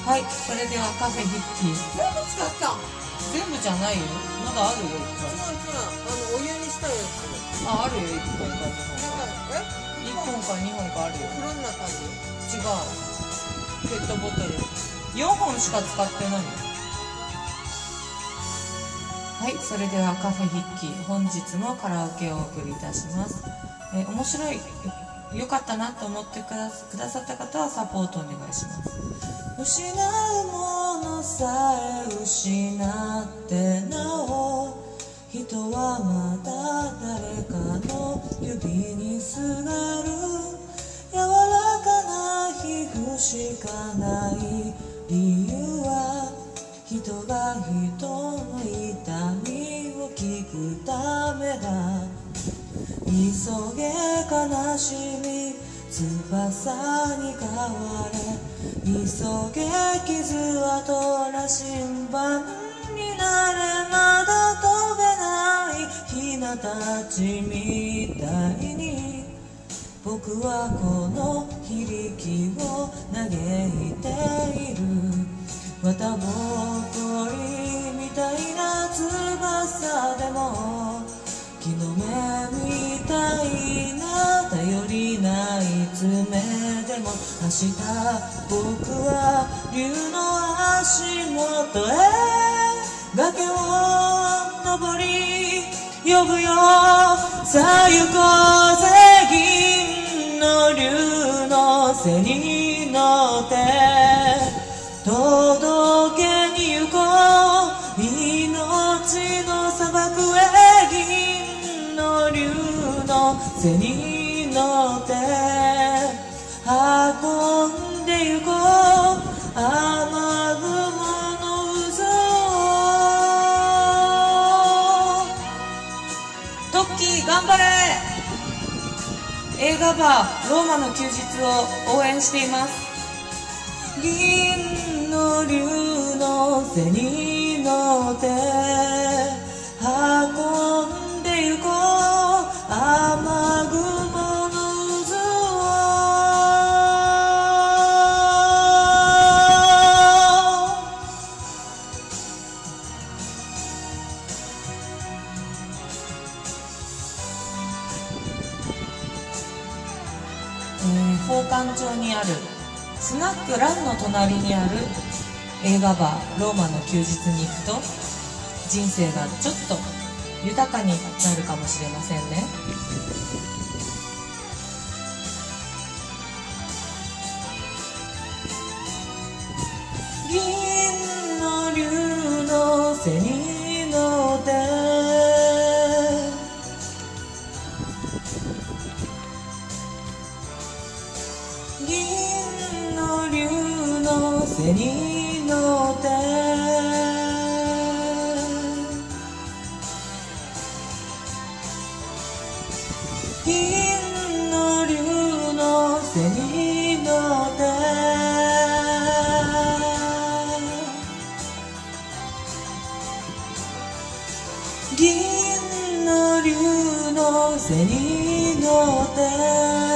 はい、それではカフェヒッキー。 全部使った。 全部じゃないよ。まだあるよ、いっ違う違う、お湯にしたやつ。 ぱい。あ、あるよ、1本か2本か。1 1 本か2本かあるよ。 袋の中に。 違う。ペットボトル。4本しか使ってない。はい、それではカフェヒッキー。本日もカラオケをお送りいたします。面白い、良かったなと思ってくださった方はサポートお願いします。失うものさえ失ってなお、人はまだ誰かの指にすがる。柔らかな皮膚しかない理由は、人が人の痛みを聞くためだ。急げ悲しみ翼に変われ、急げ傷跡ら新版になれ。まだ飛べないヒナたちみたいに、僕はこの響きを嘆いている。綿ぼこりみたいな翼でも、木の芽みたいな頼りない爪でも、明日僕は竜の足元へ崖を登り呼ぶよ。さあ行こうぜ、銀の竜の背に乗って届けに行こう、命の砂漠へ。銀の竜の背に乗って運んで行こう、雨雲の渦を。トッキー頑張れ。映画バーローマの休日を応援しています。銀の竜の背に乗って運んで行こう、雨雲の渦を。宝冠町にあるスナックランの隣にある映画バーローマの休日に行くと、人生がちょっと豊かになるかもしれませんね。銀の竜の背に乗って銀の竜の背に乗って銀の竜の背に乗って銀の竜の背に乗って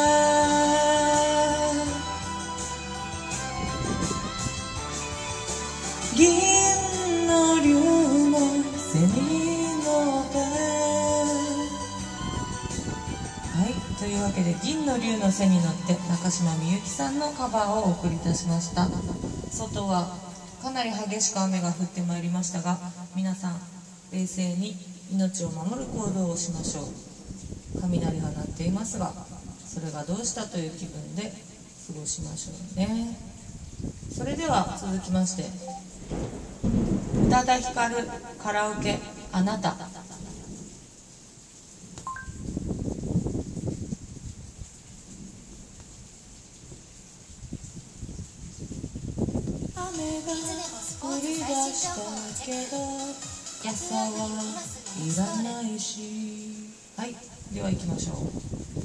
銀の竜の背に乗って。はい、というわけで銀の竜の背に乗って中島みゆきさんのカバーをお送りいたしました。外はかなり激しく雨が降ってまいりましたが、皆さん冷静に命を守る行動をしましょう。雷が鳴っていますが、それがどうしたという気分で過ごしましょうね。それでは続きまして、宇多田ヒカルカラオケあなた。雨が降り出したけど傘はいらないし。はい、では行きましょう。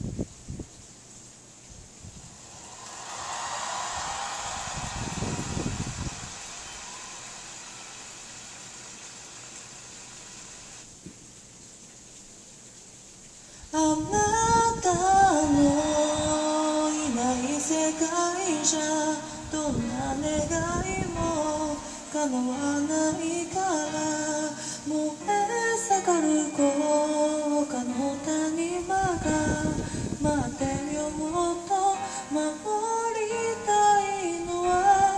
あなたのいない世界じゃどんな願い叶わないから燃え盛る高架の谷間が待ってよもっと守りたいのは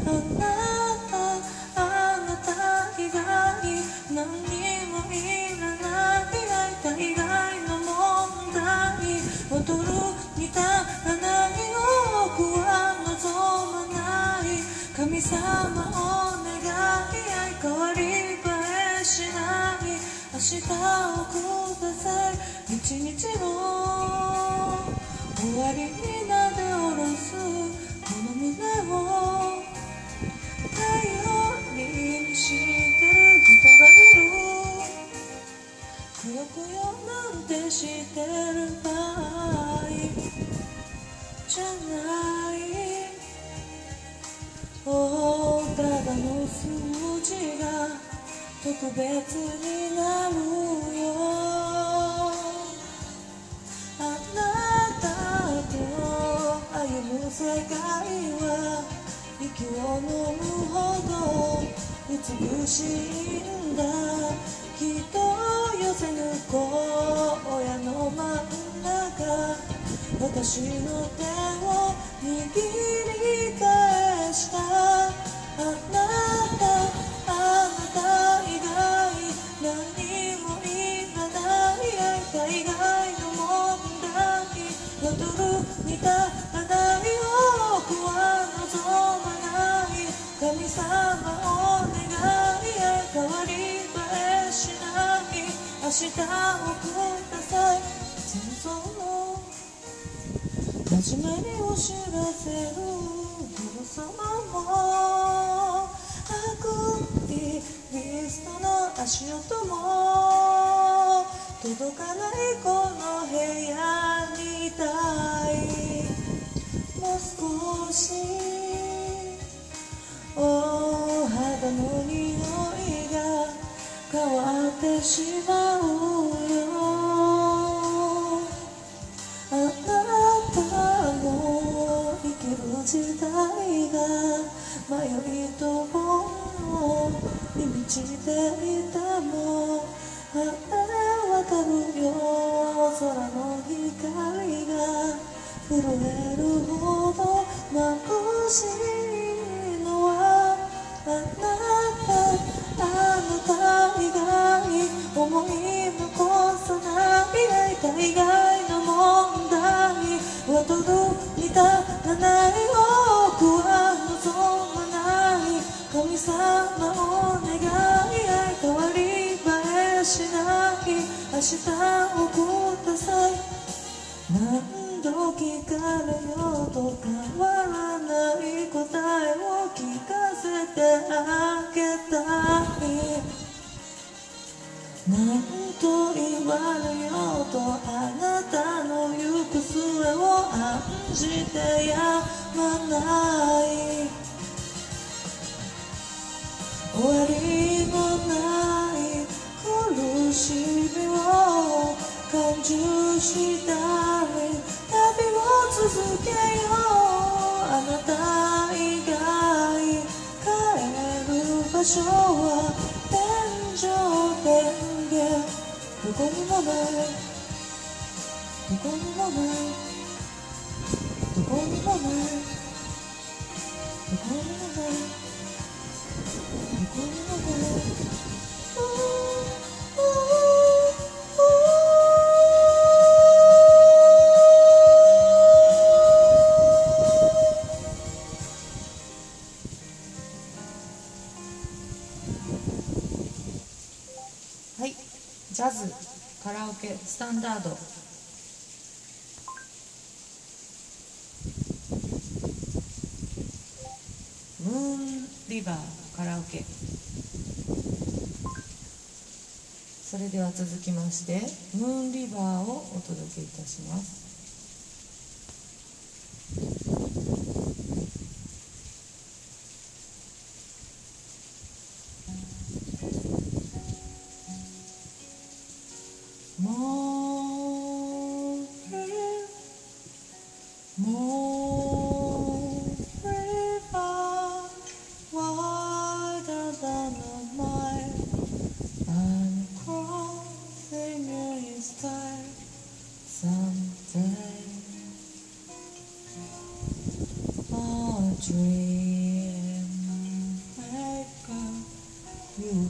あなた以外何もいらない会いたい以外の問題踊る似たらない多くは望まない神様お願い相変わり映えしない明日をください一日の終わりになで下ろすこの胸を頼りにしてる人がいるくよくよなんてしてる場合じゃないただの数字が特別になるよあなたと歩む世界は息を飲むほど美しいんだ人を寄せぬ荒野の真ん中私の手を握り返したあなた以外何もいらない会いたい以外の問題踊る似たらない多くは望まない神様お願い相変わり映えしない明日をください戦争の始まりを知らせる殿様もアクティビストの足音も届かないこの部屋にいたいもう少しお肌の匂いが変わってしまうよあなたの生きる時代が迷いと煩悩に満ちていてもあれわかるよ空の光が震えるほど眩しいのはあなた以外思い残さない会いたい以外の問題踊る似たらない多くは望まない神様お願い相変わり映えしない明日をください何度聞かれようと変わらない答えを聞かせてあげたい何と言われようとあなたの行く末を案じてやまない終わりのない苦しみを感受したい旅を続けようあなた以外帰る場所は天上天どこにもないどこにもないどこにもないどこにもないどこにもないはい、ジャズ、カラオケ、スタンダードムーンリバーカラオケそれでは続きましてムーンリバーをお届けいたしますMore river, wide dream maker, you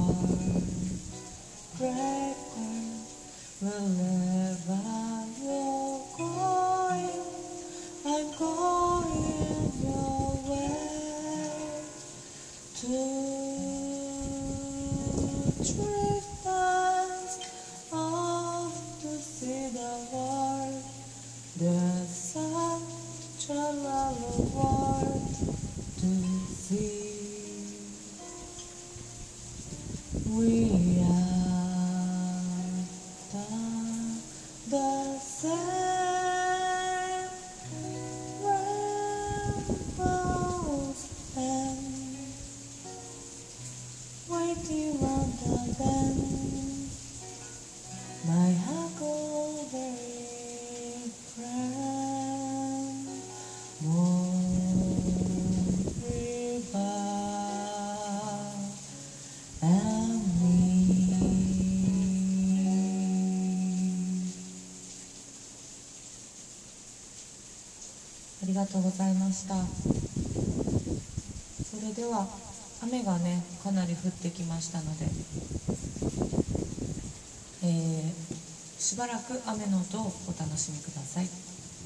heartbreaker, wherever you're going, I'm going your way to drifters off to see the world. There's such a lovely world to see. We are the same rainbows and waiting on the bend. My huckleberry friend won't rebel and me. ありがとうございました。それでは雨がねかなり降ってきましたので、しばらく雨の音をお楽しみください。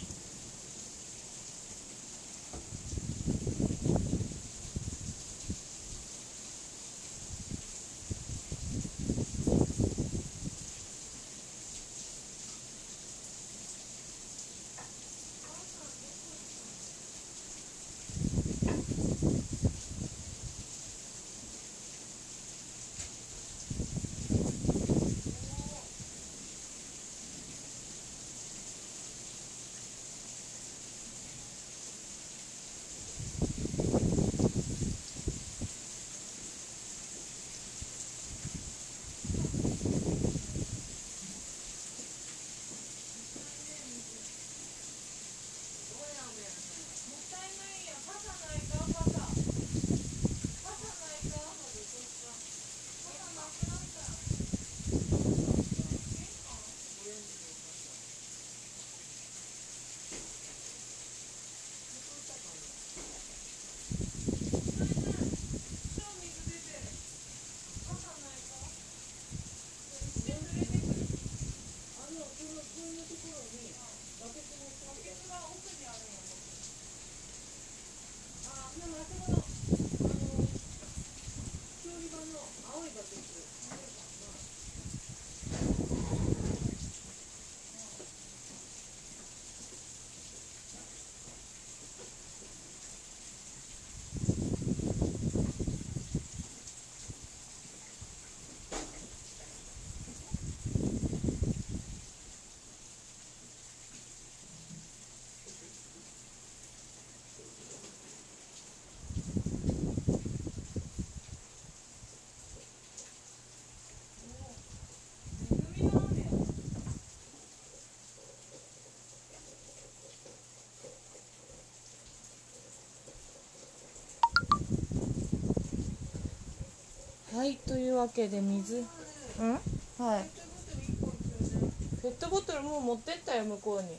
はい、というわけで水、はい。ペットボトルもう持ってったよ、向こうに。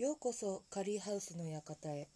ようこそカリーハウスの館へ。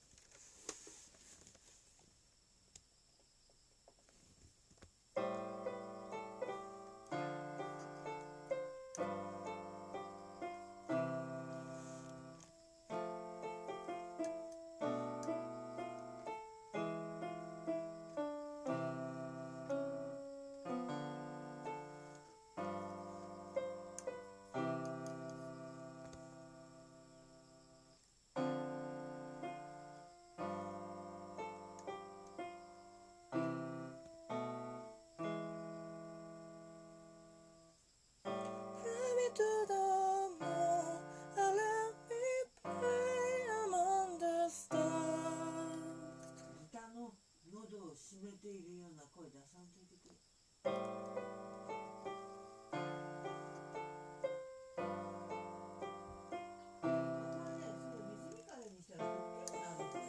歌の喉を締めているような声出さんといてくれ。またね、すぐ水煮風にしたら大きくなるんだよ。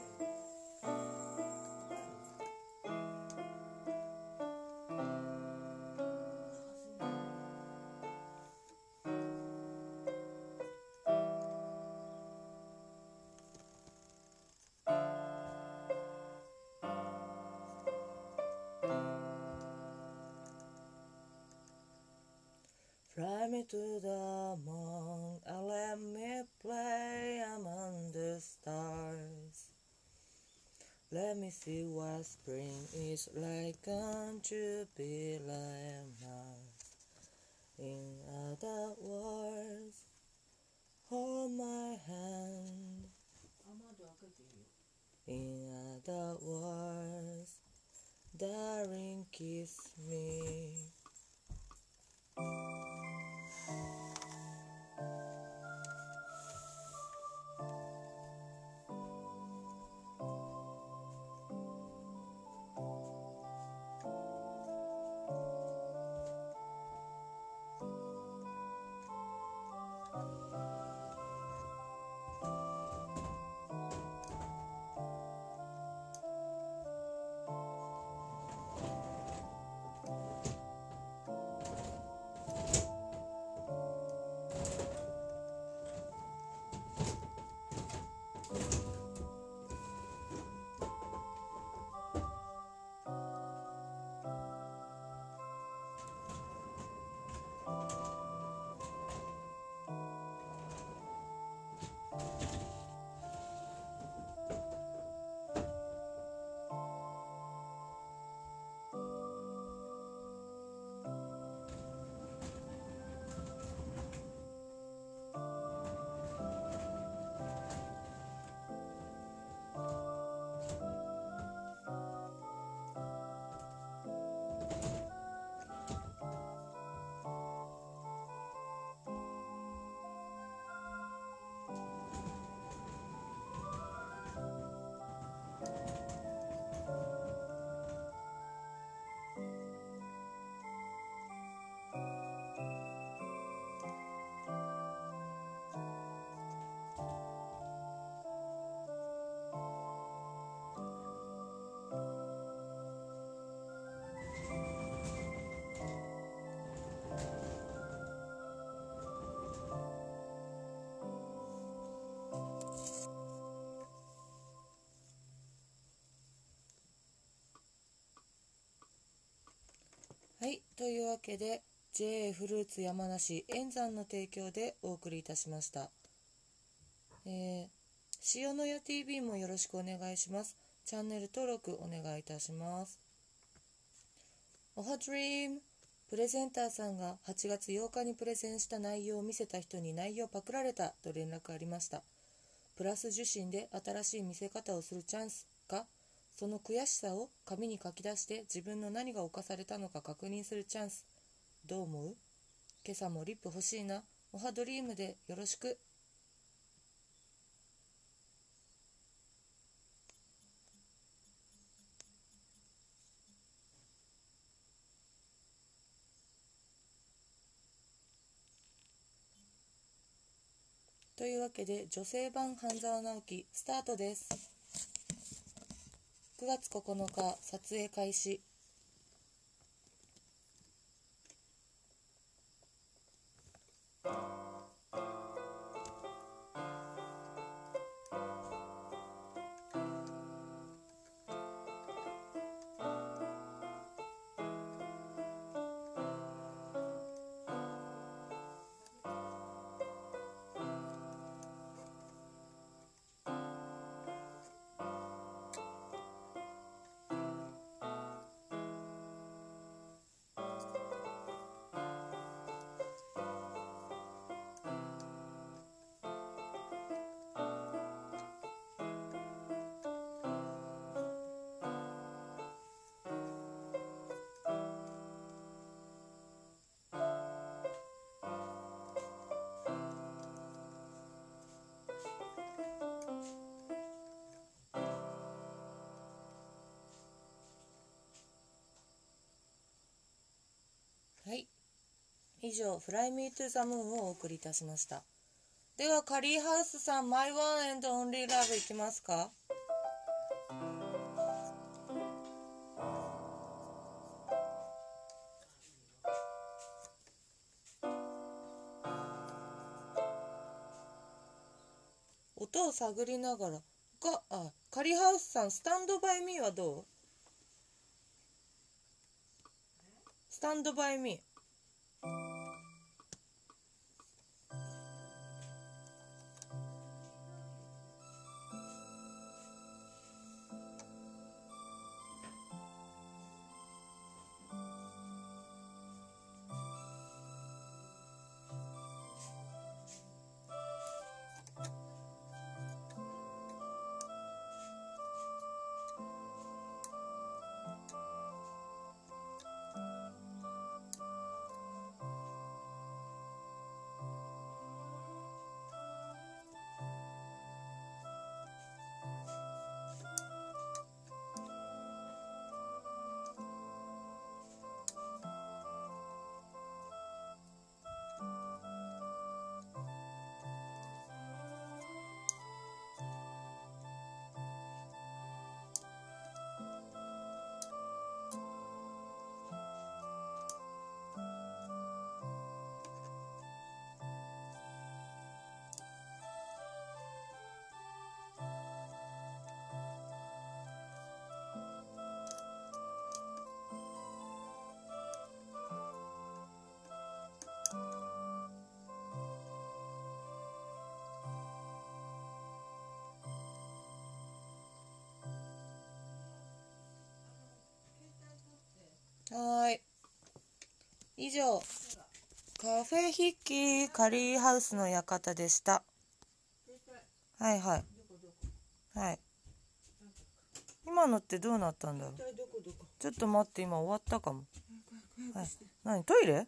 Fly me to the moon and let me play among the stars. Let me see what spring is like on Jupiter Mars. In other words, hold my hand. 窓開けていいよ。 In other words, darling, kiss me.はい、というわけで JA フルーツ山梨円山の提供でお送りいたしました。塩のや TV もよろしくお願いします。チャンネル登録お願いいたします。おはドリームプレゼンターさんが8月8日にプレゼンした内容を見せた人に内容パクられたと連絡ありました。プラス受信で新しい見せ方をするチャンスか、その悔しさを紙に書き出して自分の何が犯されたのか確認するチャンス。どう思う？今朝もリップ欲しいな。おはドリームでよろしく。というわけで女性版半沢直樹スタートです。9月9日撮影開始。 以上フライミートゥザムーンをお送りいたしました。ではカリーハウスさん、マイワンエンドオンリーラブいきますか。音を探りながらカリーハウスさん、スタンドバイミーはどう？スタンドバイミー。はい。以上、カフェヒッキーカリーハウスの館でした。はいはい。はい。今のってどうなったんだろう。ちょっと待って、今終わったかも。はい。何、トイレ？